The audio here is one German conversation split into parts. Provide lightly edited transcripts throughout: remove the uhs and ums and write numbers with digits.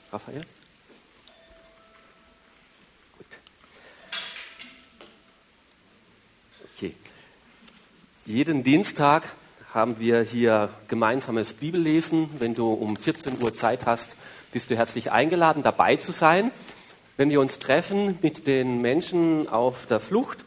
Raphael? Gut. Okay. Jeden Dienstag haben wir hier gemeinsames Bibellesen. Wenn du um 14 Uhr Zeit hast, bist du herzlich eingeladen, dabei zu sein. Wenn wir uns treffen mit den Menschen auf der Flucht,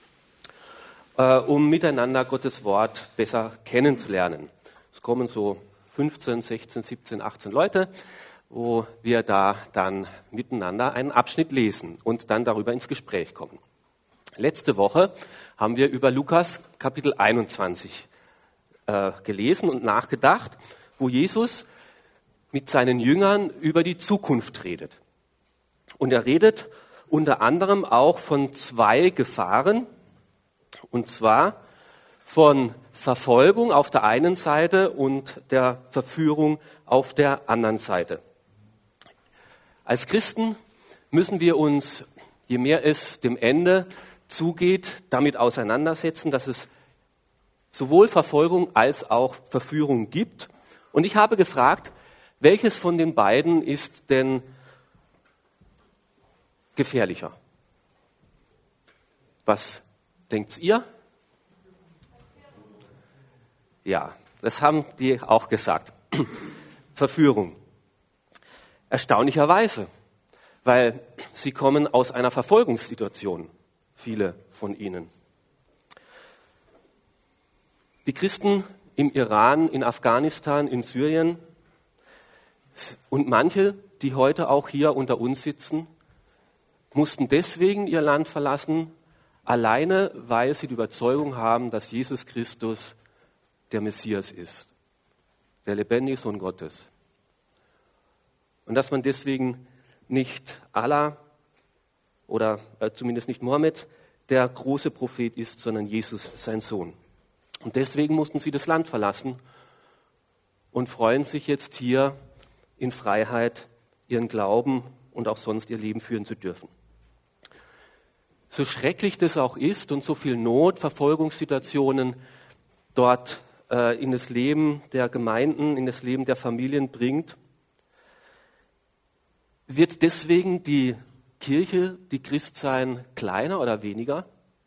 um miteinander Gottes Wort besser kennenzulernen. Es kommen so 15, 16, 17, 18 Leute, wo wir da dann miteinander einen Abschnitt lesen und dann darüber ins Gespräch kommen. Letzte Woche haben wir über Lukas Kapitel 21 gelesen und nachgedacht, wo Jesus mit seinen Jüngern über die Zukunft redet. Und er redet unter anderem auch von zwei Gefahren, und zwar von Verfolgung auf der einen Seite und der Verführung auf der anderen Seite. Als Christen müssen wir uns, je mehr es dem Ende zugeht, damit auseinandersetzen, dass es sowohl Verfolgung als auch Verführung gibt. Und ich habe gefragt, welches von den beiden ist denn gefährlicher? Was denkt ihr? Ja, das haben die auch gesagt. Verführung. Erstaunlicherweise, weil sie kommen aus einer Verfolgungssituation, viele von ihnen. Die Christen im Iran, in Afghanistan, in Syrien und manche, die heute auch hier unter uns sitzen, mussten deswegen ihr Land verlassen, alleine weil sie die Überzeugung haben, dass Jesus Christus der Messias ist, der lebendige Sohn Gottes. Und dass man deswegen nicht Allah oder zumindest nicht Mohammed der große Prophet ist, sondern Jesus, sein Sohn. Und deswegen mussten sie das Land verlassen und freuen sich jetzt hier in Freiheit ihren Glauben und auch sonst ihr Leben führen zu dürfen. So schrecklich das auch ist und so viel Not, Verfolgungssituationen dort in das Leben der Gemeinden, in das Leben der Familien bringt, wird deswegen die Kirche, die Christsein kleiner oder weniger?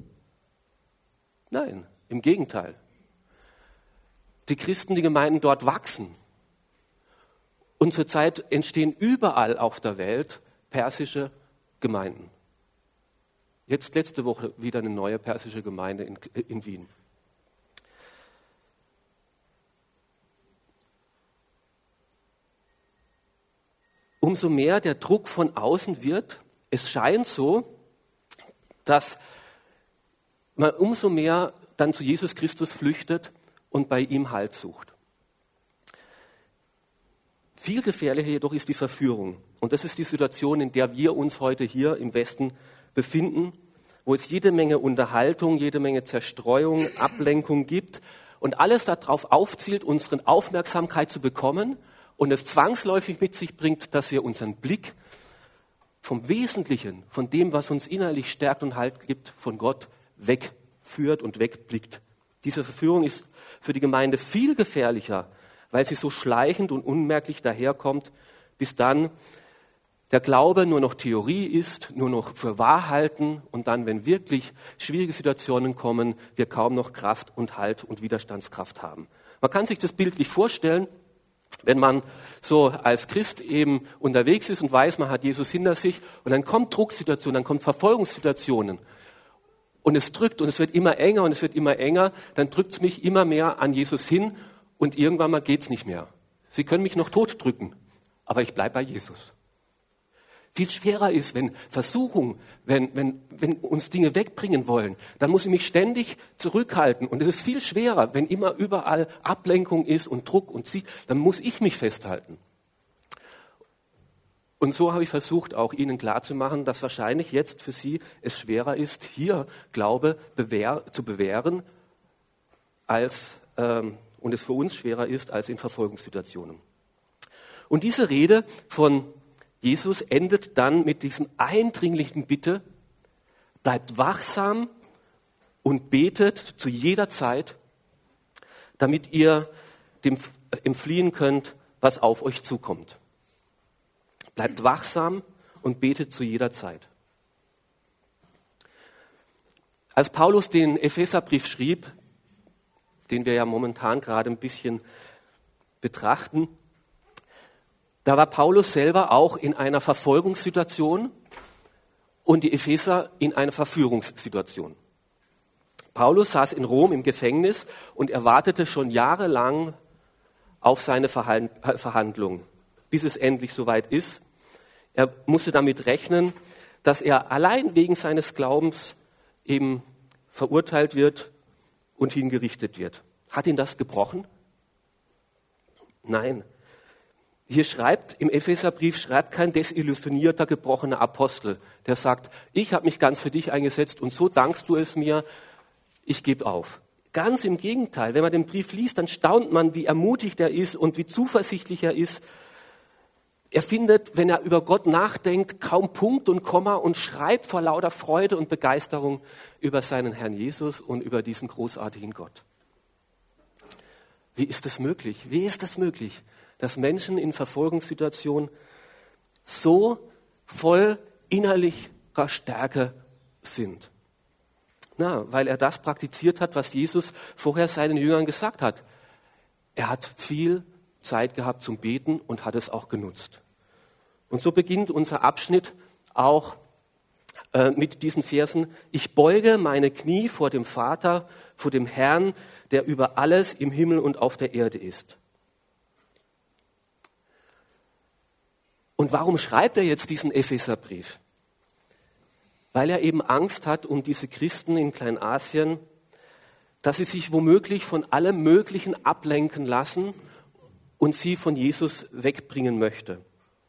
Nein, im Gegenteil. Die Christen, die Gemeinden dort wachsen. Und zurzeit entstehen überall auf der Welt persische Gemeinden. Jetzt letzte Woche wieder eine neue persische Gemeinde in Wien. Umso mehr der Druck von außen wird, es scheint so, dass man umso mehr dann zu Jesus Christus flüchtet und bei ihm Halt sucht. Viel gefährlicher jedoch ist die Verführung. Und das ist die Situation, in der wir uns heute hier im Westen befinden, wo es jede Menge Unterhaltung, jede Menge Zerstreuung, Ablenkung gibt und alles darauf aufzielt, unsere Aufmerksamkeit zu bekommen und es zwangsläufig mit sich bringt, dass wir unseren Blick vom Wesentlichen, von dem, was uns innerlich stärkt und Halt gibt, von Gott wegführt und wegblickt. Diese Verführung ist für die Gemeinde viel gefährlicher, weil sie so schleichend und unmerklich daherkommt, bis dann der Glaube nur noch Theorie ist, nur noch für wahr halten und dann, wenn wirklich schwierige Situationen kommen, wir kaum noch Kraft und Halt und Widerstandskraft haben. Man kann sich das bildlich vorstellen, wenn man so als Christ eben unterwegs ist und weiß, man hat Jesus hinter sich und dann kommt Drucksituationen, dann kommt Verfolgungssituationen und es drückt und es wird immer enger und es wird immer enger, dann drückt es mich immer mehr an Jesus hin und irgendwann mal geht's nicht mehr. Sie können mich noch totdrücken, aber ich bleibe bei Jesus. Viel schwerer ist, wenn Versuchung, wenn uns Dinge wegbringen wollen, dann muss ich mich ständig zurückhalten. Und es ist viel schwerer, wenn immer überall Ablenkung ist und Druck und Ziel, dann muss ich mich festhalten. Und so habe ich versucht, auch Ihnen klarzumachen, dass wahrscheinlich jetzt für Sie es schwerer ist, hier Glaube zu bewähren, und es für uns schwerer ist, als in Verfolgungssituationen. Und diese Rede von Jesus endet dann mit diesem eindringlichen Bitte, bleibt wachsam und betet zu jeder Zeit, damit ihr dem entfliehen könnt, was auf euch zukommt. Bleibt wachsam und betet zu jeder Zeit. Als Paulus den Epheserbrief schrieb, den wir ja momentan gerade ein bisschen betrachten, da war Paulus selber auch in einer Verfolgungssituation und die Epheser in einer Verführungssituation. Paulus saß in Rom im Gefängnis und er wartete schon jahrelang auf seine Verhandlung, bis es endlich soweit ist. Er musste damit rechnen, dass er allein wegen seines Glaubens eben verurteilt wird und hingerichtet wird. Hat ihn das gebrochen? Nein. Hier im Epheserbrief schreibt kein desillusionierter, gebrochener Apostel, der sagt, ich habe mich ganz für dich eingesetzt und so dankst du es mir, ich gebe auf. Ganz im Gegenteil, wenn man den Brief liest, dann staunt man, wie ermutigt er ist und wie zuversichtlich er ist. Er findet, wenn er über Gott nachdenkt, kaum Punkt und Komma und schreibt vor lauter Freude und Begeisterung über seinen Herrn Jesus und über diesen großartigen Gott. Wie ist das möglich? Wie ist das möglich, dass Menschen in Verfolgungssituationen so voll innerlicher Stärke sind? Na, weil er das praktiziert hat, was Jesus vorher seinen Jüngern gesagt hat. Er hat viel Zeit gehabt zum Beten und hat es auch genutzt. Und so beginnt unser Abschnitt auch mit diesen Versen. Ich beuge meine Knie vor dem Vater, vor dem Herrn, der über alles im Himmel und auf der Erde ist. Und warum schreibt er jetzt diesen Epheserbrief? Weil er eben Angst hat um diese Christen in Kleinasien, dass sie sich womöglich von allem Möglichen ablenken lassen und sie von Jesus wegbringen möchte.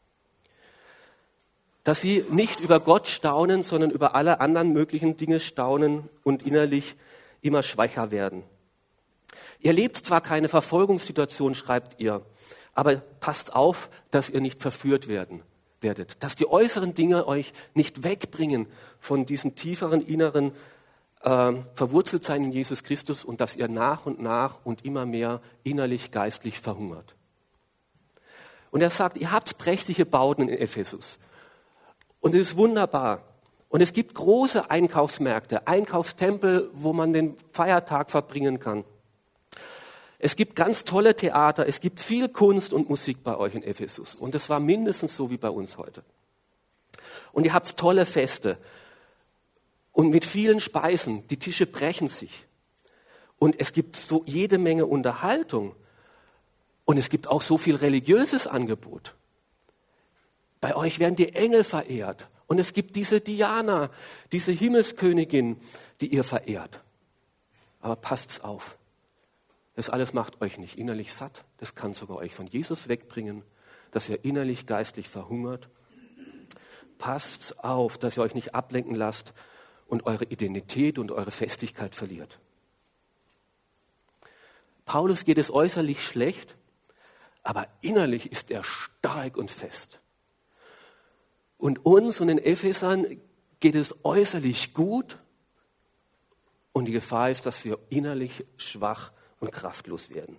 Dass sie nicht über Gott staunen, sondern über alle anderen möglichen Dinge staunen und innerlich immer schwächer werden. Ihr lebt zwar keine Verfolgungssituation, schreibt ihr, aber passt auf, dass ihr nicht verführt werdet, dass die äußeren Dinge euch nicht wegbringen von diesem tieferen inneren Verwurzeltsein in Jesus Christus und dass ihr nach und immer mehr innerlich, geistlich verhungert. Und er sagt, ihr habt prächtige Bauten in Ephesus. Und es ist wunderbar. Und es gibt große Einkaufsmärkte, Einkaufstempel, wo man den Feiertag verbringen kann. Es gibt ganz tolle Theater, es gibt viel Kunst und Musik bei euch in Ephesus. Und es war mindestens so wie bei uns heute. Und ihr habt tolle Feste und mit vielen Speisen, die Tische brechen sich. Und es gibt so jede Menge Unterhaltung. Und es gibt auch so viel religiöses Angebot. Bei euch werden die Engel verehrt. Und es gibt diese Diana, diese Himmelskönigin, die ihr verehrt. Aber passt's auf. Das alles macht euch nicht innerlich satt. Das kann sogar euch von Jesus wegbringen, dass ihr innerlich, geistlich verhungert. Passt auf, dass ihr euch nicht ablenken lasst und eure Identität und eure Festigkeit verliert. Paulus geht es äußerlich schlecht, aber innerlich ist er stark und fest. Und uns und den Ephesern geht es äußerlich gut und die Gefahr ist, dass wir innerlich schwach und kraftlos werden.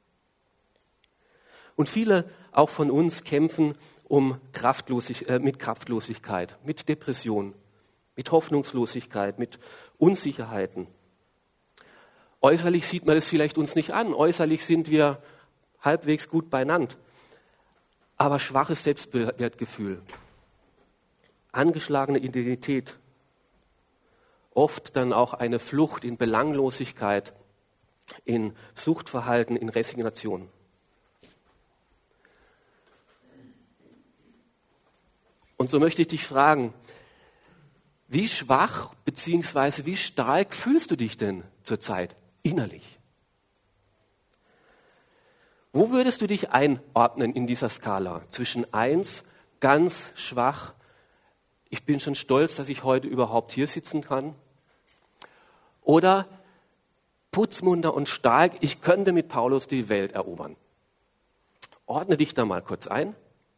Und viele auch von uns kämpfen mit Kraftlosigkeit, mit Depression, mit Hoffnungslosigkeit, mit Unsicherheiten. Äußerlich sieht man das vielleicht uns nicht an. Äußerlich sind wir halbwegs gut beieinander. Aber schwaches Selbstwertgefühl, angeschlagene Identität, oft dann auch eine Flucht in Belanglosigkeit, in Suchtverhalten, in Resignation. Und so möchte ich dich fragen, wie schwach bzw. wie stark fühlst du dich denn zurzeit innerlich? Wo würdest du dich einordnen in dieser Skala? Zwischen 1, ganz schwach, ich bin schon stolz, dass ich heute überhaupt hier sitzen kann. Oder putzmunter und stark, ich könnte mit Paulus die Welt erobern. Ordne dich da mal kurz ein.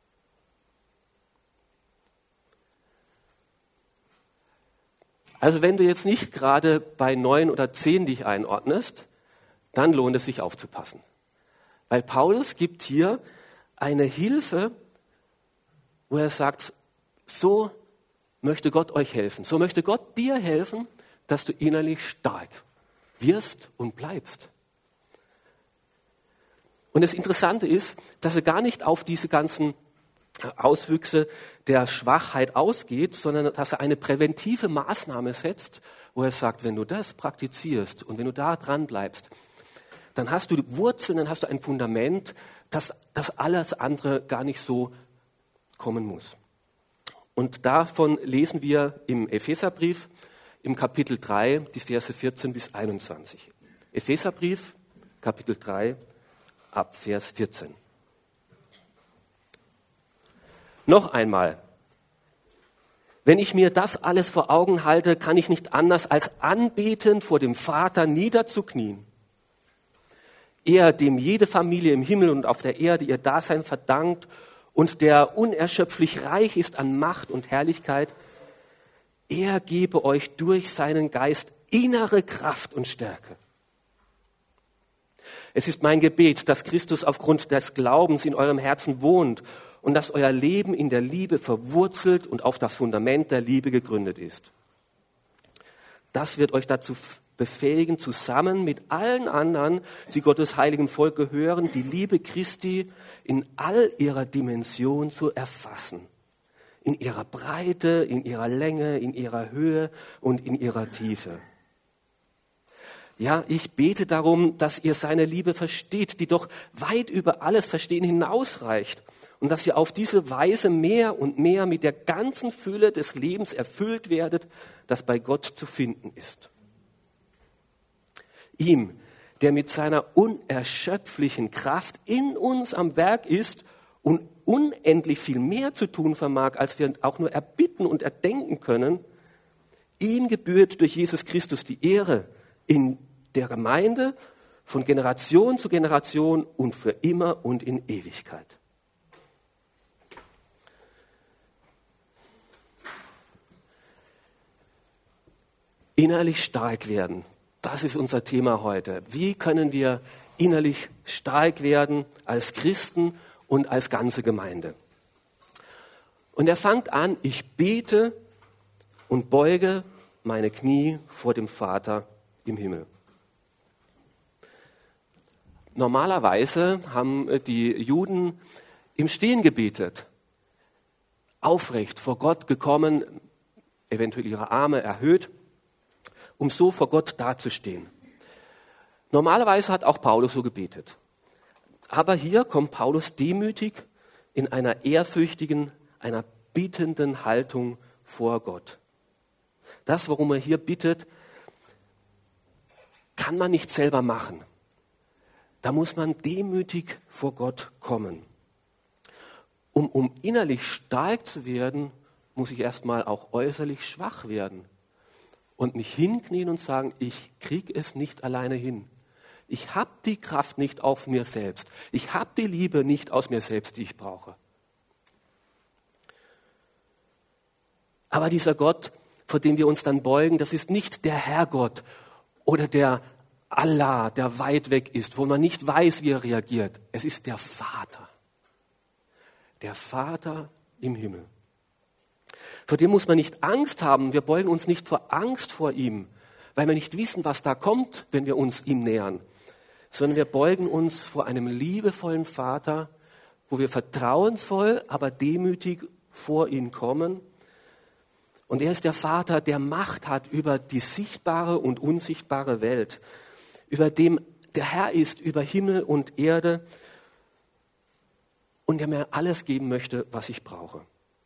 Also wenn du jetzt nicht gerade bei 9 oder 10 dich einordnest, dann lohnt es sich aufzupassen. Weil Paulus gibt hier eine Hilfe, wo er sagt, so möchte Gott euch helfen. So möchte Gott dir helfen, dass du innerlich stark wirst und bleibst. Und das Interessante ist, dass er gar nicht auf diese ganzen Auswüchse der Schwachheit ausgeht, sondern dass er eine präventive Maßnahme setzt, wo er sagt, wenn du das praktizierst und wenn du da dran bleibst, dann hast du Wurzeln, dann hast du ein Fundament, dass das alles andere gar nicht so kommen muss. Und davon lesen wir im Epheserbrief, im Kapitel 3, die Verse 14 bis 21. Epheserbrief, Kapitel 3, ab Vers 14. Noch einmal, wenn ich mir das alles vor Augen halte, kann ich nicht anders als anbeten, vor dem Vater niederzuknien. Er, dem jede Familie im Himmel und auf der Erde ihr Dasein verdankt und der unerschöpflich reich ist an Macht und Herrlichkeit, er gebe euch durch seinen Geist innere Kraft und Stärke. Es ist mein Gebet, dass Christus aufgrund des Glaubens in eurem Herzen wohnt und dass euer Leben in der Liebe verwurzelt und auf das Fundament der Liebe gegründet ist. Das wird euch dazu befähigen, zusammen mit allen anderen, die Gottes heiligen Volk gehören, die Liebe Christi in all ihrer Dimension zu erfassen. In ihrer Breite, in ihrer Länge, in ihrer Höhe und in ihrer Tiefe. Ja, ich bete darum, dass ihr seine Liebe versteht, die doch weit über alles Verstehen hinausreicht und dass ihr auf diese Weise mehr und mehr mit der ganzen Fülle des Lebens erfüllt werdet, das bei Gott zu finden ist. Ihm, der mit seiner unerschöpflichen Kraft in uns am Werk ist und unendlich viel mehr zu tun vermag, als wir auch nur erbitten und erdenken können, ihm gebührt durch Jesus Christus die Ehre in der Gemeinde von Generation zu Generation und für immer und in Ewigkeit. Innerlich stark werden, das ist unser Thema heute. Wie können wir innerlich stark werden als Christen und als ganze Gemeinde? Und er fängt an, ich bete und beuge meine Knie vor dem Vater im Himmel. Normalerweise haben die Juden im Stehen gebetet, aufrecht vor Gott gekommen, eventuell ihre Arme erhöht, um so vor Gott dazustehen. Normalerweise hat auch Paulus so gebetet. Aber hier kommt Paulus demütig in einer ehrfürchtigen, einer bittenden Haltung vor Gott. Das, worum er hier bittet, kann man nicht selber machen. Da muss man demütig vor Gott kommen. Um innerlich stark zu werden, muss ich erstmal auch äußerlich schwach werden und mich hinknien und sagen, ich kriege es nicht alleine hin. Ich habe die Kraft nicht auf mir selbst. Ich habe die Liebe nicht aus mir selbst, die ich brauche. Aber dieser Gott, vor dem wir uns dann beugen, das ist nicht der Herrgott oder der Allah, der weit weg ist, wo man nicht weiß, wie er reagiert. Es ist der Vater. Der Vater im Himmel. Vor dem muss man nicht Angst haben. Wir beugen uns nicht vor Angst vor ihm, weil wir nicht wissen, was da kommt, wenn wir uns ihm nähern. Sondern wir beugen uns vor einem liebevollen Vater, wo wir vertrauensvoll, aber demütig vor ihn kommen. Und er ist der Vater, der Macht hat über die sichtbare und unsichtbare Welt, über dem der Herr ist, über Himmel und Erde und der mir alles geben möchte, was ich brauche.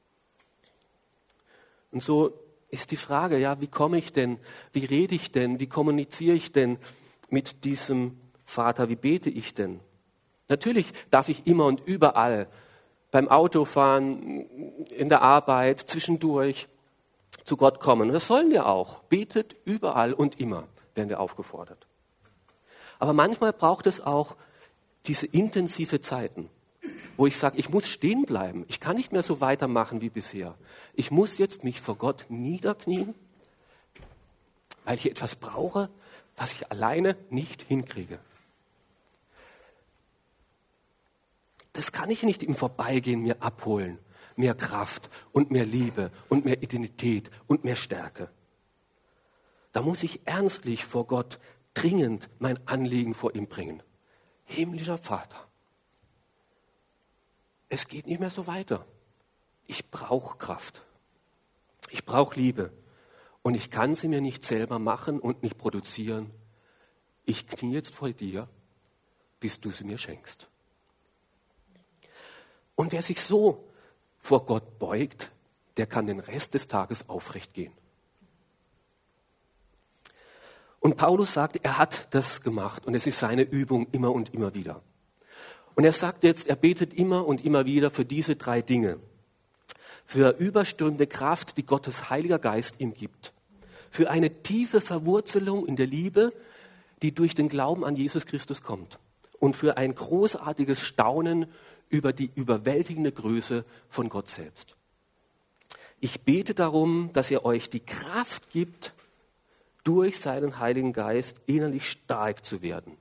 Und so ist die Frage, ja, wie komme ich denn, wie rede ich denn, wie kommuniziere ich denn mit diesem Vater, wie bete ich denn? Natürlich darf ich immer und überall, beim Autofahren, in der Arbeit, zwischendurch zu Gott kommen. Und das sollen wir auch. Betet überall und immer, werden wir aufgefordert. Aber manchmal braucht es auch diese intensive Zeiten, wo ich sage, ich muss stehen bleiben. Ich kann nicht mehr so weitermachen wie bisher. Ich muss jetzt mich vor Gott niederknien, weil ich etwas brauche, was ich alleine nicht hinkriege. Das kann ich nicht im Vorbeigehen mir abholen. mehr Kraft und mehr Liebe und mehr Identität und mehr Stärke. Da muss ich ernstlich vor Gott dringend mein Anliegen vor ihm bringen. Himmlischer Vater, es geht nicht mehr so weiter. Ich brauche Kraft. Ich brauche Liebe. Und ich kann sie mir nicht selber machen und nicht produzieren. Ich knie jetzt vor dir, bis du sie mir schenkst. Und wer sich so vor Gott beugt, der kann den Rest des Tages aufrecht gehen. Und Paulus sagt, er hat das gemacht und es ist seine Übung immer und immer wieder. Und er sagt jetzt, er betet immer und immer wieder für diese 3 Dinge. Für überströmende Kraft, die Gottes Heiliger Geist ihm gibt. Für eine tiefe Verwurzelung in der Liebe, die durch den Glauben an Jesus Christus kommt. Und für ein großartiges Staunen über die überwältigende Größe von Gott selbst. Ich bete darum, dass er euch die Kraft gibt, durch seinen Heiligen Geist innerlich stark zu werden.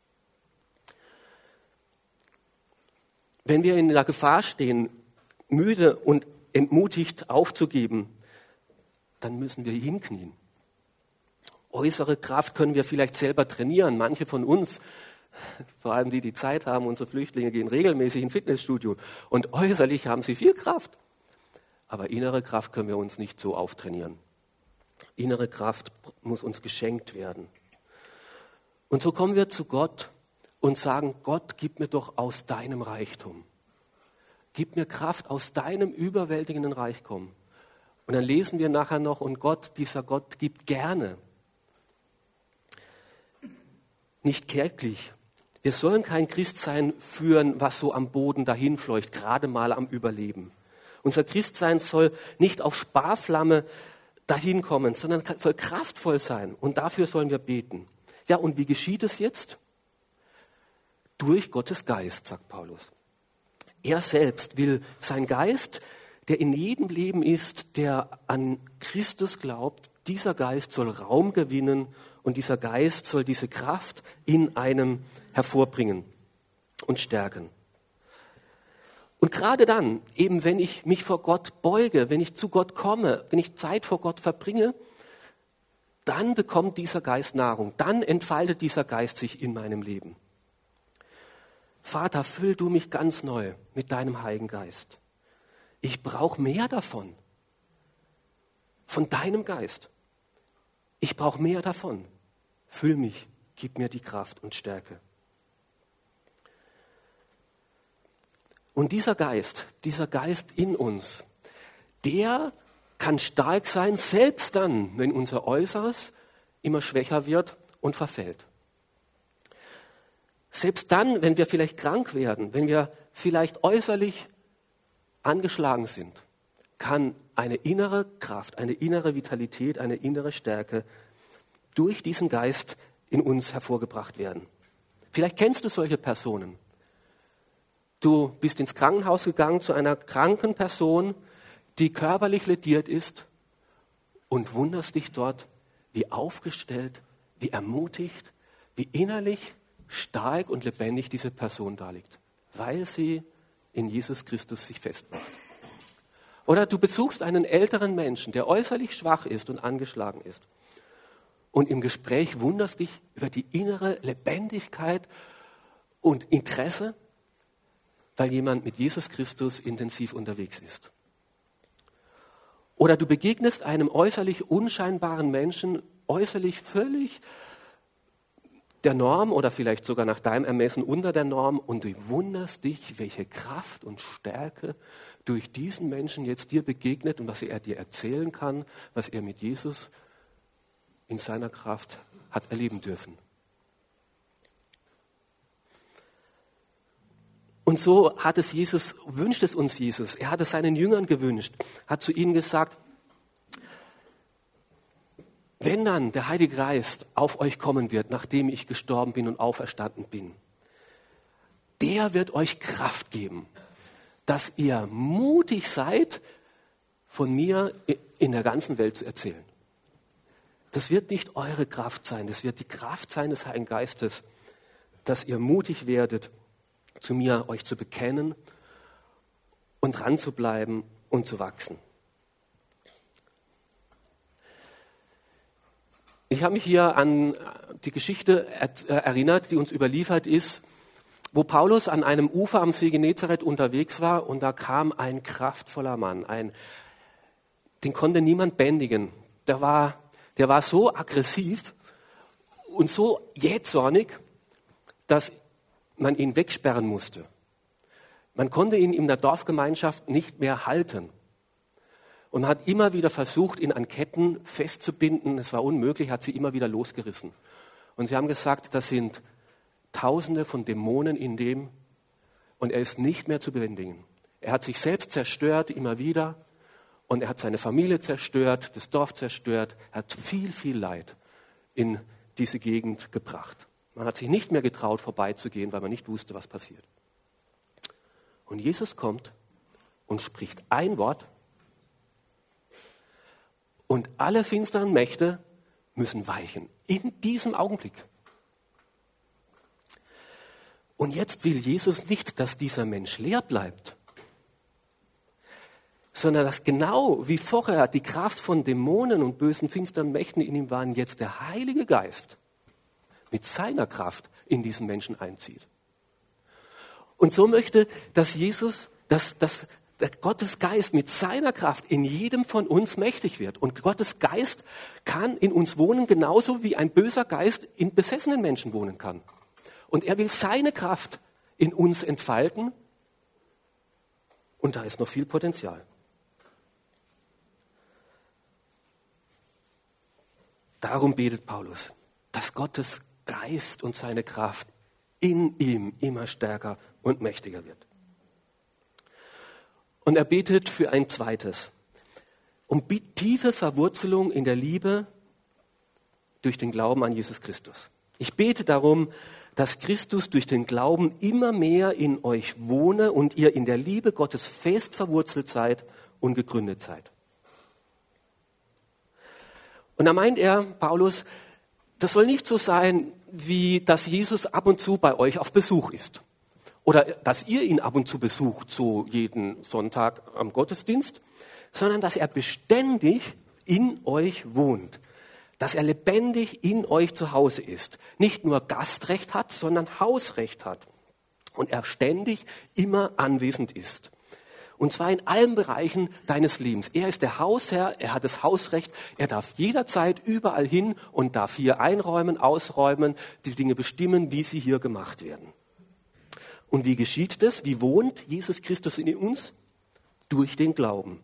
Wenn wir in der Gefahr stehen, müde und entmutigt aufzugeben, dann müssen wir hinknien. Äußere Kraft können wir vielleicht selber trainieren. Manche von uns, vor allem die Zeit haben, unsere Flüchtlinge gehen regelmäßig ins Fitnessstudio und äußerlich haben sie viel Kraft. Aber innere Kraft können wir uns nicht so auftrainieren. Innere Kraft muss uns geschenkt werden. Und so kommen wir zu Gott und sagen, Gott, gib mir doch aus deinem Reichtum. Gib mir Kraft aus deinem überwältigenden Reichtum. Und dann lesen wir nachher noch, und Gott, dieser Gott, gibt gerne. Nicht kärglich. Wir sollen kein Christsein führen, was so am Boden dahinfleucht, gerade mal am Überleben. Unser Christsein soll nicht auf Sparflamme dahin kommen, sondern soll kraftvoll sein. Und dafür sollen wir beten. Ja, und wie geschieht es jetzt? Durch Gottes Geist, sagt Paulus. Er selbst will sein Geist, der in jedem Leben ist, der an Christus glaubt, dieser Geist soll Raum gewinnen und dieser Geist soll diese Kraft in einem hervorbringen und stärken. Und gerade dann, eben wenn ich mich vor Gott beuge, wenn ich zu Gott komme, wenn ich Zeit vor Gott verbringe, dann bekommt dieser Geist Nahrung, dann entfaltet dieser Geist sich in meinem Leben. Vater, füll du mich ganz neu mit deinem Heiligen Geist. Ich brauche mehr davon, von deinem Geist. Ich brauche mehr davon. Füll mich, gib mir die Kraft und Stärke. Und dieser Geist in uns, der kann stark sein, selbst dann, wenn unser Äußeres immer schwächer wird und verfällt. Selbst dann, wenn wir vielleicht krank werden, wenn wir vielleicht äußerlich angeschlagen sind, kann eine innere Kraft, eine innere Vitalität, eine innere Stärke durch diesen Geist in uns hervorgebracht werden. Vielleicht kennst du solche Personen. Du bist ins Krankenhaus gegangen zu einer kranken Person, die körperlich lediert ist und wunderst dich dort, wie aufgestellt, wie ermutigt, wie innerlich stark und lebendig diese Person da liegt, weil sie in Jesus Christus sich festmacht. Oder du besuchst einen älteren Menschen, der äußerlich schwach ist und angeschlagen ist und im Gespräch wunderst dich über die innere Lebendigkeit und Interesse, weil jemand mit Jesus Christus intensiv unterwegs ist. Oder du begegnest einem äußerlich unscheinbaren Menschen, äußerlich völlig der Norm oder vielleicht sogar nach deinem Ermessen unter der Norm und du wunderst dich, welche Kraft und Stärke durch diesen Menschen jetzt dir begegnet und was er dir erzählen kann, was er mit Jesus in seiner Kraft hat erleben dürfen. Und so wünscht es uns Jesus. Er hat es seinen Jüngern gewünscht, hat zu ihnen gesagt, wenn dann der Heilige Geist auf euch kommen wird, nachdem ich gestorben bin und auferstanden bin, der wird euch Kraft geben, dass ihr mutig seid, von mir in der ganzen Welt zu erzählen. Das wird nicht eure Kraft sein, das wird die Kraft sein des Heiligen Geistes, dass ihr mutig werdet, zu mir euch zu bekennen und dran zu bleiben und zu wachsen. Ich habe mich hier an die Geschichte erinnert, die uns überliefert ist, wo Paulus an einem Ufer am See Genezareth unterwegs war und da kam ein kraftvoller Mann, den konnte niemand bändigen. Der war so aggressiv und so jähzornig, dass man ihn wegsperren musste. Man konnte ihn in der Dorfgemeinschaft nicht mehr halten. Und man hat immer wieder versucht, ihn an Ketten festzubinden. Es war unmöglich, hat sie immer wieder losgerissen. Und sie haben gesagt, das sind Tausende von Dämonen in dem und er ist nicht mehr zu bändigen. Er hat sich selbst zerstört, immer wieder. Und er hat seine Familie zerstört, das Dorf zerstört. Er hat viel, viel Leid in diese Gegend gebracht. Man hat sich nicht mehr getraut, vorbeizugehen, weil man nicht wusste, was passiert. Und Jesus kommt und spricht ein Wort und alle finsteren Mächte müssen weichen. In diesem Augenblick. Und jetzt will Jesus nicht, dass dieser Mensch leer bleibt, sondern dass genau wie vorher die Kraft von Dämonen und bösen, finsteren Mächten in ihm waren, jetzt der Heilige Geist mit seiner Kraft in diesen Menschen einzieht. Und so möchte, dass Jesus, dass der Gottes Geist mit seiner Kraft in jedem von uns mächtig wird. Und Gottes Geist kann in uns wohnen, genauso wie ein böser Geist in besessenen Menschen wohnen kann. Und er will seine Kraft in uns entfalten. Und da ist noch viel Potenzial. Darum betet Paulus, dass Gottes Geist und seine Kraft in ihm immer stärker und mächtiger wird. Und er betet für ein zweites, um tiefe Verwurzelung in der Liebe durch den Glauben an Jesus Christus. Ich bete darum, dass Christus durch den Glauben immer mehr in euch wohne und ihr in der Liebe Gottes fest verwurzelt seid und gegründet seid. Und da meint er, Paulus, das soll nicht so sein, wie dass Jesus ab und zu bei euch auf Besuch ist. Oder dass ihr ihn ab und zu besucht, so jeden Sonntag am Gottesdienst, sondern dass er beständig in euch wohnt. Dass er lebendig in euch zu Hause ist. Nicht nur Gastrecht hat, sondern Hausrecht hat. Und er ständig immer anwesend ist. Und zwar in allen Bereichen deines Lebens. Er ist der Hausherr, er hat das Hausrecht, er darf jederzeit überall hin und darf hier einräumen, ausräumen, die Dinge bestimmen, wie sie hier gemacht werden. Und wie geschieht das? Wie wohnt Jesus Christus in uns? Durch den Glauben.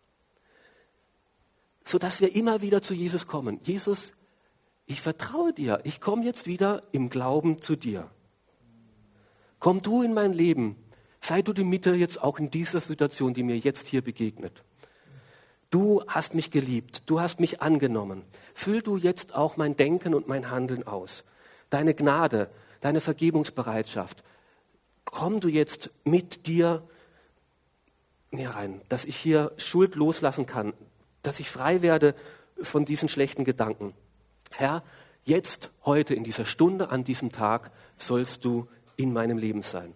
Sodass wir immer wieder zu Jesus kommen. Jesus, ich vertraue dir, ich komme jetzt wieder im Glauben zu dir. Komm du in mein Leben. Sei du die Mitte jetzt auch in dieser Situation, die mir jetzt hier begegnet. Du hast mich geliebt, du hast mich angenommen. Füll du jetzt auch mein Denken und mein Handeln aus. Deine Gnade, deine Vergebungsbereitschaft. Komm du jetzt mit dir hier rein, dass ich hier Schuld loslassen kann, dass ich frei werde von diesen schlechten Gedanken. Herr, jetzt, heute, in dieser Stunde, an diesem Tag, sollst du in meinem Leben sein.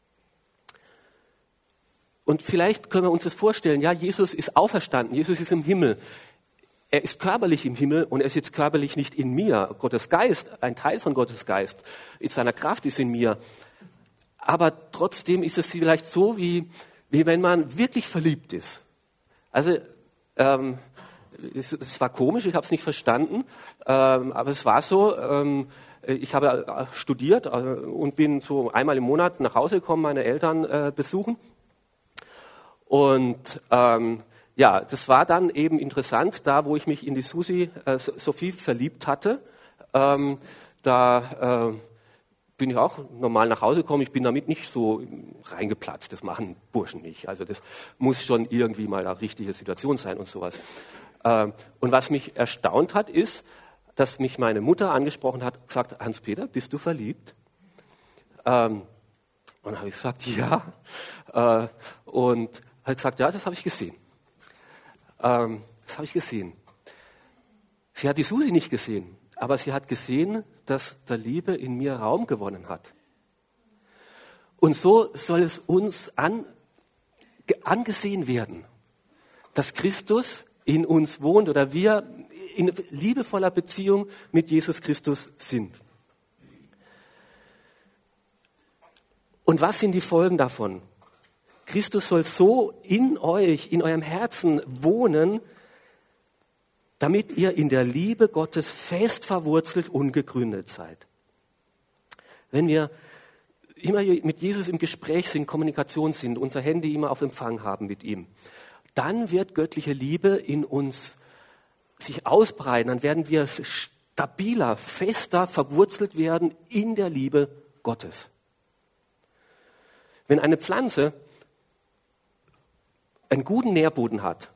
Und vielleicht können wir uns das vorstellen, ja, Jesus ist auferstanden, Jesus ist im Himmel. Er ist körperlich im Himmel und er ist jetzt körperlich nicht in mir. Gottes Geist, ein Teil von Gottes Geist, in seiner Kraft ist in mir. Aber trotzdem ist es vielleicht so, wie wenn man wirklich verliebt ist. Also es war komisch, ich habe es nicht verstanden, aber es war so. Ich habe studiert und bin so einmal im Monat nach Hause gekommen, meine Eltern besuchen. Und ja, das war dann eben interessant, da wo ich mich in die Sophie verliebt hatte, da bin ich auch normal nach Hause gekommen. Ich bin damit nicht so reingeplatzt, das machen Burschen nicht. Also das muss schon irgendwie mal eine richtige Situation sein und sowas. Und was mich erstaunt hat, ist, dass mich meine Mutter angesprochen hat, gesagt, Hans-Peter, bist du verliebt? Und dann habe ich gesagt, ja. Und hat gesagt, ja, das habe ich gesehen. Das habe ich gesehen. Sie hat die Susi nicht gesehen, aber sie hat gesehen, dass der Liebe in mir Raum gewonnen hat. Und so soll es uns angesehen werden, dass Christus in uns wohnt oder wir in liebevoller Beziehung mit Jesus Christus sind. Und was sind die Folgen davon? Christus soll so in euch, in eurem Herzen wohnen, damit ihr in der Liebe Gottes fest verwurzelt und gegründet seid. Wenn wir immer mit Jesus im Gespräch sind, Kommunikation sind, unser Handy immer auf Empfang haben mit ihm, dann wird göttliche Liebe in uns sich ausbreiten, dann werden wir stabiler, fester verwurzelt werden in der Liebe Gottes. Wenn eine Pflanze einen guten Nährboden hat,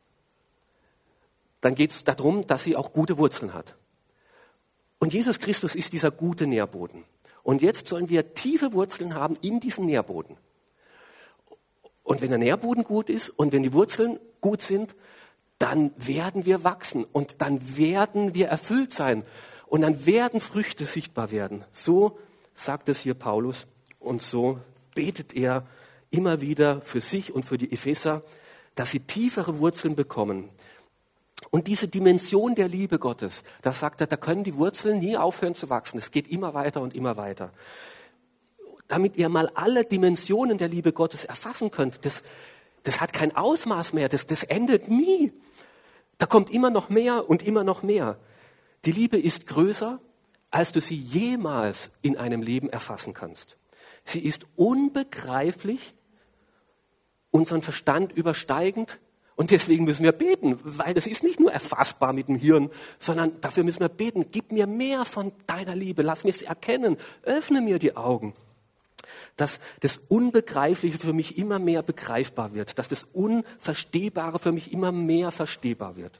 dann geht es darum, dass sie auch gute Wurzeln hat. Und Jesus Christus ist dieser gute Nährboden. Und jetzt sollen wir tiefe Wurzeln haben in diesen Nährboden. Und wenn der Nährboden gut ist und wenn die Wurzeln gut sind, dann werden wir wachsen und dann werden wir erfüllt sein und dann werden Früchte sichtbar werden. So sagt es hier Paulus und so betet er immer wieder für sich und für die Epheser, dass sie tiefere Wurzeln bekommen. Und diese Dimension der Liebe Gottes, da sagt er, da können die Wurzeln nie aufhören zu wachsen. Es geht immer weiter und immer weiter. Damit ihr mal alle Dimensionen der Liebe Gottes erfassen könnt, das hat kein Ausmaß mehr, das endet nie. Da kommt immer noch mehr und immer noch mehr. Die Liebe ist größer, als du sie jemals in einem Leben erfassen kannst. Sie ist unbegreiflich, unseren Verstand übersteigend. Und deswegen müssen wir beten, weil das ist nicht nur erfassbar mit dem Hirn, sondern dafür müssen wir beten. Gib mir mehr von deiner Liebe, lass mich es erkennen, öffne mir die Augen. Dass das Unbegreifliche für mich immer mehr begreifbar wird, dass das Unverstehbare für mich immer mehr verstehbar wird.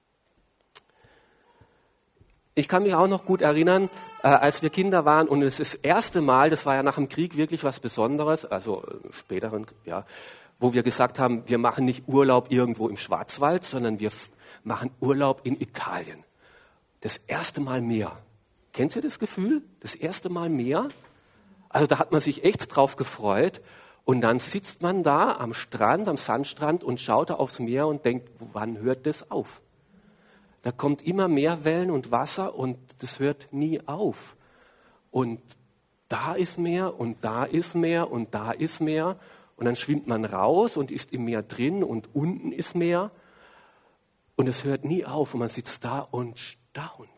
Ich kann mich auch noch gut erinnern, als wir Kinder waren und es das erste Mal, das war ja nach dem Krieg wirklich was Besonderes, also späteren, ja, wo wir gesagt haben, wir machen nicht Urlaub irgendwo im Schwarzwald, sondern wir machen Urlaub in Italien. Das erste Mal Meer. Kennst du das Gefühl? Das erste Mal Meer? Also da hat man sich echt drauf gefreut und dann sitzt man da am Strand, am Sandstrand und schaut da aufs Meer und denkt, wann hört das auf? Da kommt immer mehr Wellen und Wasser und das hört nie auf. Und da ist Meer und da ist Meer und da ist Meer. Und dann schwimmt man raus und ist im Meer drin und unten ist Meer. Und es hört nie auf und man sitzt da und staunt.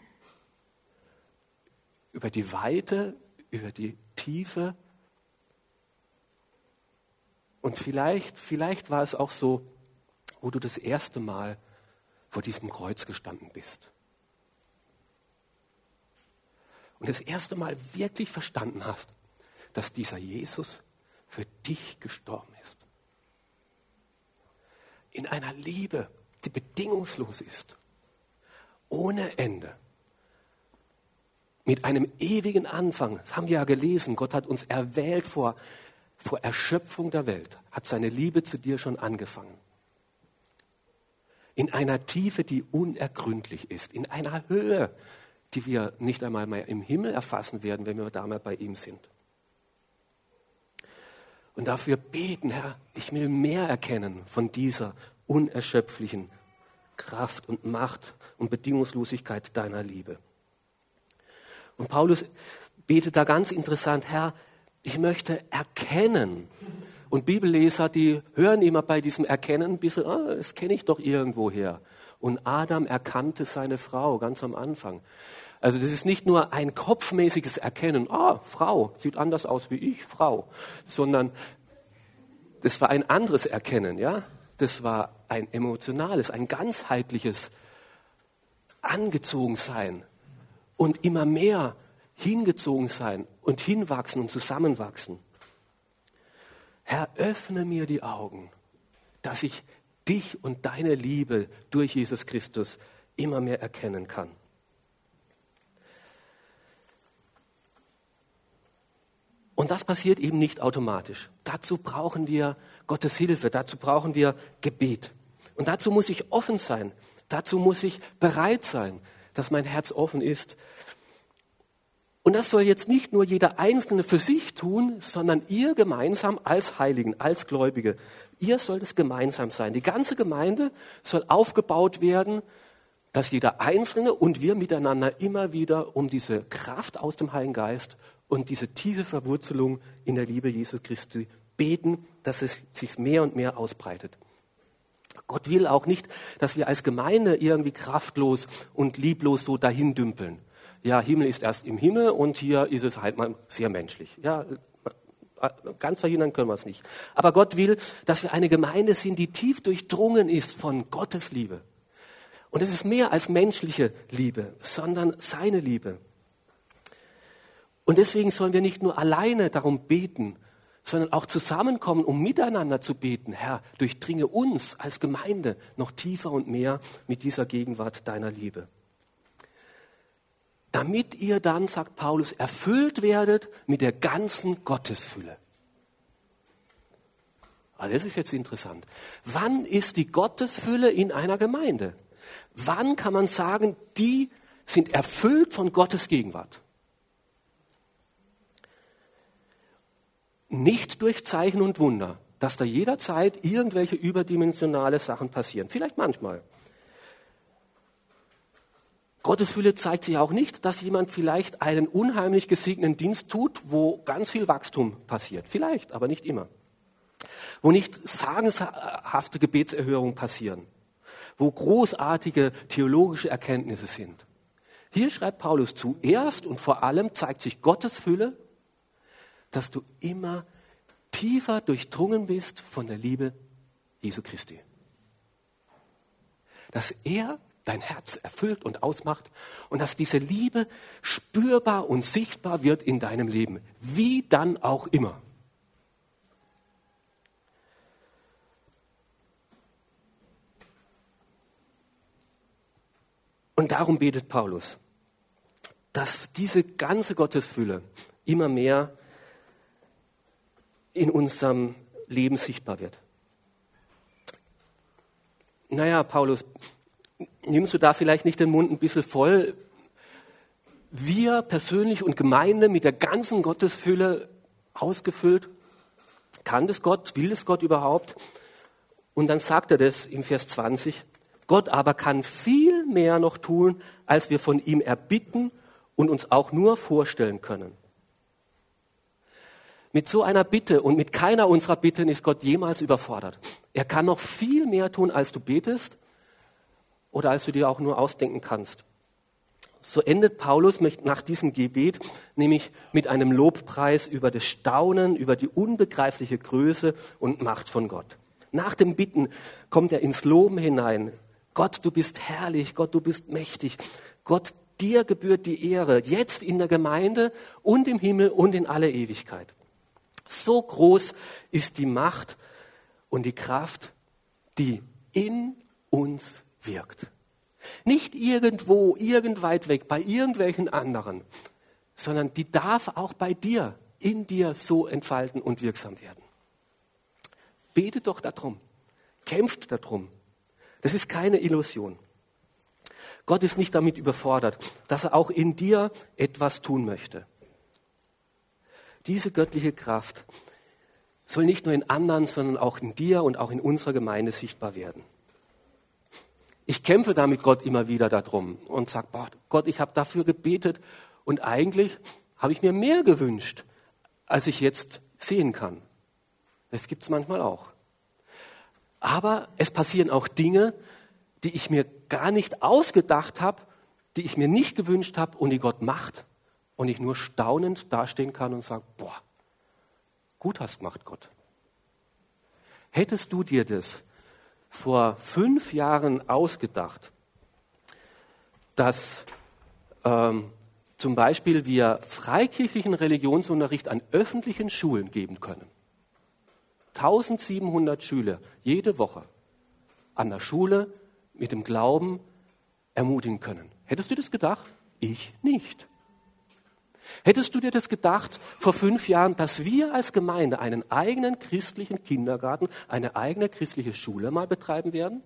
Über die Weite, über die Tiefe. Und vielleicht war es auch so, wo du das erste Mal vor diesem Kreuz gestanden bist. Und das erste Mal wirklich verstanden hast, dass dieser Jesus für dich gestorben ist. In einer Liebe, die bedingungslos ist, ohne Ende, mit einem ewigen Anfang. Das haben wir ja gelesen, Gott hat uns erwählt vor Erschöpfung der Welt, hat seine Liebe zu dir schon angefangen. In einer Tiefe, die unergründlich ist, in einer Höhe, die wir nicht einmal mehr im Himmel erfassen werden, wenn wir da mal bei ihm sind. Und dafür beten, Herr, ich will mehr erkennen von dieser unerschöpflichen Kraft und Macht und Bedingungslosigkeit deiner Liebe. Und Paulus betet da ganz interessant, Herr, ich möchte erkennen. Und Bibelleser, die hören immer bei diesem Erkennen ein bisschen, das kenne ich doch irgendwoher. Und Adam erkannte seine Frau ganz am Anfang. Also das ist nicht nur ein kopfmäßiges Erkennen, Frau, sieht anders aus wie ich, Frau, sondern das war ein anderes Erkennen, ja. Das war ein emotionales, ein ganzheitliches Angezogensein und immer mehr hingezogen sein und hinwachsen und zusammenwachsen. Herr, öffne mir die Augen, dass ich dich und deine Liebe durch Jesus Christus immer mehr erkennen kann. Und das passiert eben nicht automatisch. Dazu brauchen wir Gottes Hilfe, dazu brauchen wir Gebet. Und dazu muss ich offen sein, dazu muss ich bereit sein, dass mein Herz offen ist Und das soll jetzt nicht nur jeder Einzelne für sich tun, sondern ihr gemeinsam als Heiligen, als Gläubige. Ihr sollt es gemeinsam sein. Die ganze Gemeinde soll aufgebaut werden, dass jeder Einzelne und wir miteinander immer wieder um diese Kraft aus dem Heiligen Geist und diese tiefe Verwurzelung in der Liebe Jesu Christi beten, dass es sich mehr und mehr ausbreitet. Gott will auch nicht, dass wir als Gemeinde irgendwie kraftlos und lieblos so dahin dümpeln. Ja, Himmel ist erst im Himmel und hier ist es halt mal sehr menschlich. Ja, ganz verhindern können wir es nicht. Aber Gott will, dass wir eine Gemeinde sind, die tief durchdrungen ist von Gottes Liebe. Und es ist mehr als menschliche Liebe, sondern seine Liebe. Und deswegen sollen wir nicht nur alleine darum beten, sondern auch zusammenkommen, um miteinander zu beten. Herr, durchdringe uns als Gemeinde noch tiefer und mehr mit dieser Gegenwart deiner Liebe. Damit ihr dann, sagt Paulus, erfüllt werdet mit der ganzen Gottesfülle. Also das ist jetzt interessant. Wann ist die Gottesfülle in einer Gemeinde? Wann kann man sagen, die sind erfüllt von Gottes Gegenwart? Nicht durch Zeichen und Wunder, dass da jederzeit irgendwelche überdimensionale Sachen passieren. Vielleicht manchmal. Gottesfülle zeigt sich auch nicht, dass jemand vielleicht einen unheimlich gesegneten Dienst tut, wo ganz viel Wachstum passiert. Vielleicht, aber nicht immer. Wo nicht sagenhafte Gebetserhörungen passieren. Wo großartige theologische Erkenntnisse sind. Hier schreibt Paulus, zuerst und vor allem zeigt sich Gottes Fülle, dass du immer tiefer durchdrungen bist von der Liebe Jesu Christi. Dass er dein Herz erfüllt und ausmacht und dass diese Liebe spürbar und sichtbar wird in deinem Leben, wie dann auch immer. Und darum betet Paulus, dass diese ganze Gottesfülle immer mehr in unserem Leben sichtbar wird. Naja, Paulus, nimmst du da vielleicht nicht den Mund ein bisschen voll? Wir persönlich und Gemeinde mit der ganzen Gottesfülle ausgefüllt? Kann das Gott? Will das Gott überhaupt? Und dann sagt er das im Vers 20. Gott aber kann viel mehr noch tun, als wir von ihm erbitten und uns auch nur vorstellen können. Mit so einer Bitte und mit keiner unserer Bitten ist Gott jemals überfordert. Er kann noch viel mehr tun, als du betest oder als du dir auch nur ausdenken kannst. So endet Paulus nach diesem Gebet nämlich mit einem Lobpreis über das Staunen, über die unbegreifliche Größe und Macht von Gott. Nach dem Bitten kommt er ins Loben hinein. Gott, du bist herrlich, Gott, du bist mächtig. Gott, dir gebührt die Ehre, jetzt in der Gemeinde und im Himmel und in alle Ewigkeit. So groß ist die Macht und die Kraft, die in uns wirkt. Nicht irgendwo, irgendweit weg, bei irgendwelchen anderen, sondern die darf auch bei dir, in dir so entfalten und wirksam werden. Betet doch darum, kämpft darum. Das ist keine Illusion. Gott ist nicht damit überfordert, dass er auch in dir etwas tun möchte. Diese göttliche Kraft soll nicht nur in anderen, sondern auch in dir und auch in unserer Gemeinde sichtbar werden. Ich kämpfe da mit Gott immer wieder darum und sage, Gott, ich habe dafür gebetet und eigentlich habe ich mir mehr gewünscht, als ich jetzt sehen kann. Das gibt es manchmal auch. Aber es passieren auch Dinge, die ich mir gar nicht ausgedacht habe, die ich mir nicht gewünscht habe und die Gott macht. Und ich nur staunend dastehen kann und sage, gut hast gemacht, Gott. Hättest du dir das vor 5 Jahren ausgedacht, dass zum Beispiel wir freikirchlichen Religionsunterricht an öffentlichen Schulen geben können? 1700 Schüler jede Woche an der Schule mit dem Glauben ermutigen können. Hättest du das gedacht? Ich nicht. Hättest du dir das gedacht vor 5 Jahren, dass wir als Gemeinde einen eigenen christlichen Kindergarten, eine eigene christliche Schule mal betreiben werden?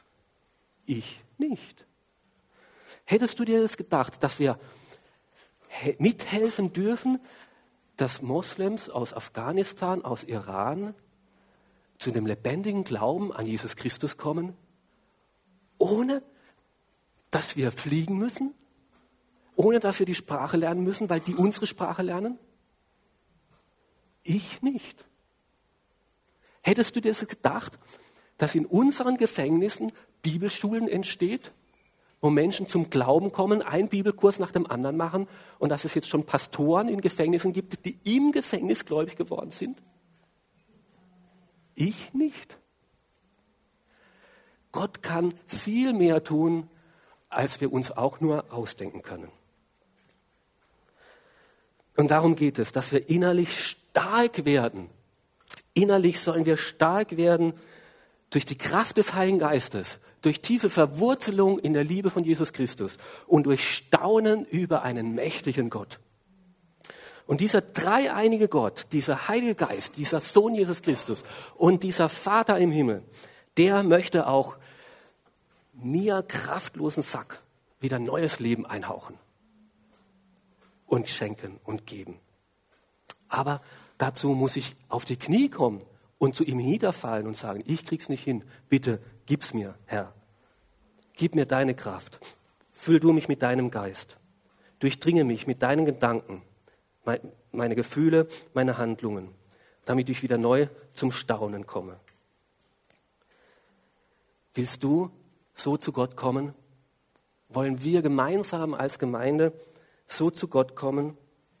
Ich nicht. Hättest du dir das gedacht, dass wir mithelfen dürfen, dass Moslems aus Afghanistan, aus Iran zu dem lebendigen Glauben an Jesus Christus kommen, ohne dass wir fliegen müssen, ohne dass wir die Sprache lernen müssen, weil die unsere Sprache lernen? Ich nicht. Hättest du dir das gedacht, dass in unseren Gefängnissen Bibelschulen entsteht, wo Menschen zum Glauben kommen, einen Bibelkurs nach dem anderen machen und dass es jetzt schon Pastoren in Gefängnissen gibt, die im Gefängnis gläubig geworden sind? Ich nicht. Gott kann viel mehr tun, als wir uns auch nur ausdenken können. Und darum geht es, dass wir innerlich stark werden. Innerlich sollen wir stark werden durch die Kraft des Heiligen Geistes, durch tiefe Verwurzelung in der Liebe von Jesus Christus und durch Staunen über einen mächtigen Gott. Und dieser dreieinige Gott, dieser Heilige Geist, dieser Sohn Jesus Christus und dieser Vater im Himmel, der möchte auch mir kraftlosen Sack wieder neues Leben einhauchen und schenken und geben. Aber dazu muss ich auf die Knie kommen und zu ihm niederfallen und sagen, ich krieg's nicht hin, bitte gib's mir, Herr. Gib mir deine Kraft, füll du mich mit deinem Geist, durchdringe mich mit deinen Gedanken, meine Gefühle, meine Handlungen, damit ich wieder neu zum Staunen komme. Willst du so zu Gott kommen? Wollen wir gemeinsam als Gemeinde so zu Gott kommen?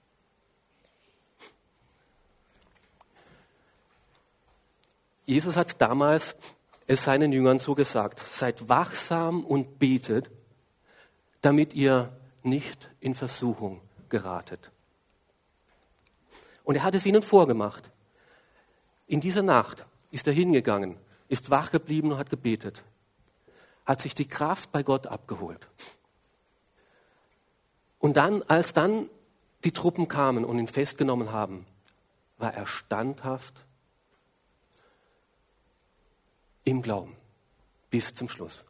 Jesus hat damals es seinen Jüngern so gesagt, seid wachsam und betet, damit ihr nicht in Versuchung geratet. Und er hat es ihnen vorgemacht. In dieser Nacht ist er hingegangen, ist wach geblieben und hat gebetet, hat sich die Kraft bei Gott abgeholt. Und dann, als dann die Truppen kamen und ihn festgenommen haben, war er standhaft im Glauben bis zum Schluss.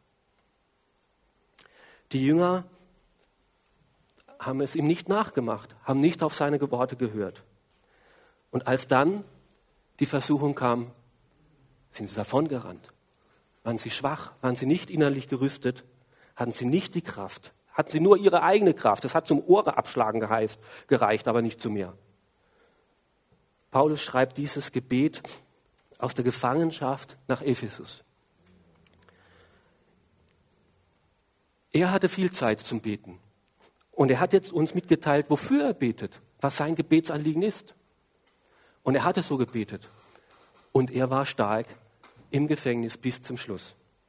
Die Jünger haben es ihm nicht nachgemacht, haben nicht auf seine Worte gehört. Und als dann die Versuchung kam, sind sie davongerannt. Waren sie schwach, waren sie nicht innerlich gerüstet, hatten sie nicht die Kraft, hatten sie nur ihre eigene Kraft. Das hat zum Ohre abschlagen gereicht, aber nicht zu mehr. Paulus schreibt dieses Gebet aus der Gefangenschaft nach Ephesus. Er hatte viel Zeit zum Beten. Und er hat jetzt uns mitgeteilt, wofür er betet, was sein Gebetsanliegen ist. Und er hatte so gebetet. Und er war stark im Gefängnis bis zum Schluss.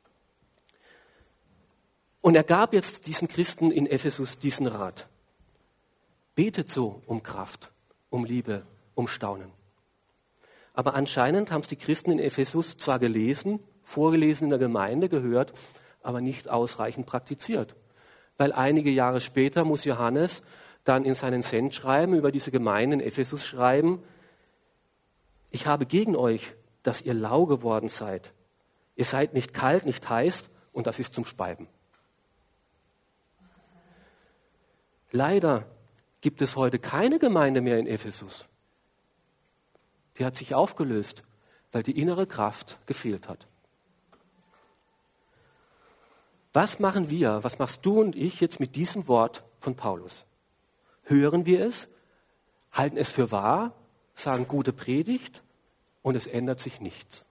Und er gab jetzt diesen Christen in Ephesus diesen Rat. Betet so um Kraft, um Liebe, um Staunen. Aber anscheinend haben es die Christen in Ephesus zwar gelesen, vorgelesen in der Gemeinde, gehört, aber nicht ausreichend praktiziert. Weil einige Jahre später muss Johannes dann in seinen Sendschreiben über diese Gemeinde in Ephesus schreiben, ich habe gegen euch, dass ihr lau geworden seid. Ihr seid nicht kalt, nicht heiß und das ist zum Speiben. Leider gibt es heute keine Gemeinde mehr in Ephesus. Die hat sich aufgelöst, weil die innere Kraft gefehlt hat. Was machen wir, was machst du und ich jetzt mit diesem Wort von Paulus? Hören wir es, halten es für wahr, sagen gute Predigt und es ändert sich nichts.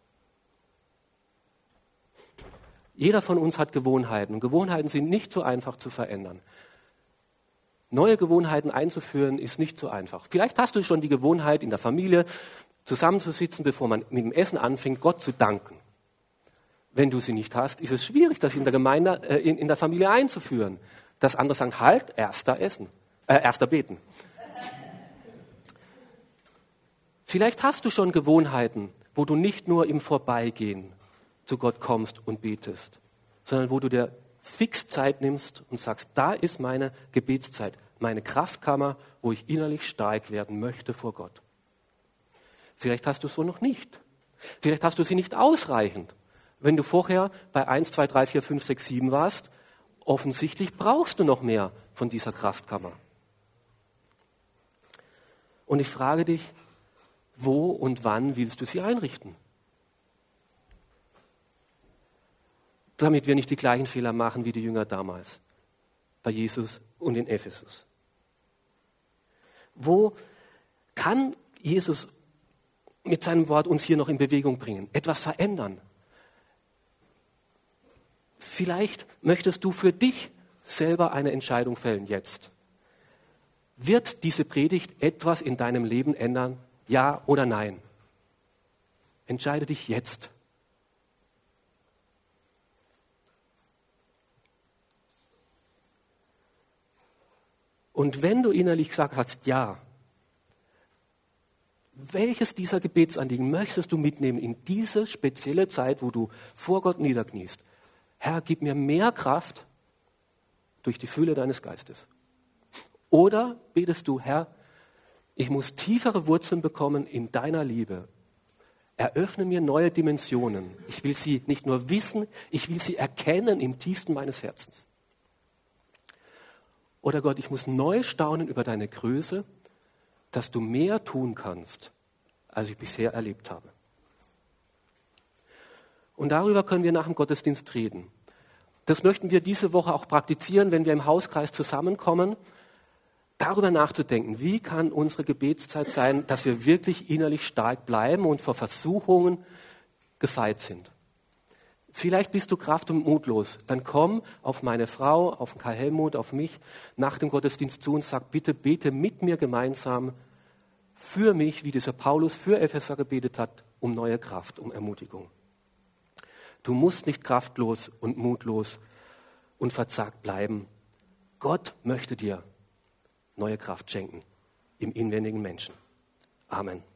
Jeder von uns hat Gewohnheiten und Gewohnheiten sind nicht so einfach zu verändern. Neue Gewohnheiten einzuführen ist nicht so einfach. Vielleicht hast du schon die Gewohnheit, in der Familie zusammenzusitzen, bevor man mit dem Essen anfängt, Gott zu danken. Wenn du sie nicht hast, ist es schwierig, das in der Gemeinde, in der Familie einzuführen. Dass andere sagen, halt, erster beten. Vielleicht hast du schon Gewohnheiten, wo du nicht nur im Vorbeigehen zu Gott kommst und betest, sondern wo du dir fix Zeit nimmst und sagst, da ist meine Gebetszeit, meine Kraftkammer, wo ich innerlich stark werden möchte vor Gott. Vielleicht hast du es so noch nicht. Vielleicht hast du sie nicht ausreichend. Wenn du vorher bei 1, 2, 3, 4, 5, 6, 7 warst, offensichtlich brauchst du noch mehr von dieser Kraftkammer. Und ich frage dich, wo und wann willst du sie einrichten? Damit wir nicht die gleichen Fehler machen wie die Jünger damals bei Jesus und in Ephesus. Wo kann Jesus mit seinem Wort uns hier noch in Bewegung bringen, etwas verändern? Vielleicht möchtest du für dich selber eine Entscheidung fällen jetzt. Wird diese Predigt etwas in deinem Leben ändern? Ja oder nein? Entscheide dich jetzt. Und wenn du innerlich gesagt hast, ja, welches dieser Gebetsanliegen möchtest du mitnehmen in diese spezielle Zeit, wo du vor Gott niederkniest? Herr, gib mir mehr Kraft durch die Fülle deines Geistes. Oder betest du, Herr, ich muss tiefere Wurzeln bekommen in deiner Liebe. Eröffne mir neue Dimensionen. Ich will sie nicht nur wissen, ich will sie erkennen im tiefsten meines Herzens. Oder Gott, ich muss neu staunen über deine Größe, dass du mehr tun kannst, als ich bisher erlebt habe. Und darüber können wir nach dem Gottesdienst reden. Das möchten wir diese Woche auch praktizieren, wenn wir im Hauskreis zusammenkommen, darüber nachzudenken, wie kann unsere Gebetszeit sein, dass wir wirklich innerlich stark bleiben und vor Versuchungen gefeit sind. Vielleicht bist du kraft- und mutlos. Dann komm auf meine Frau, auf Karl Helmut, auf mich nach dem Gottesdienst zu und sag, bitte bete mit mir gemeinsam für mich, wie dieser Paulus für Epheser gebetet hat, um neue Kraft, um Ermutigung. Du musst nicht kraftlos und mutlos und verzagt bleiben. Gott möchte dir neue Kraft schenken im inwendigen Menschen. Amen.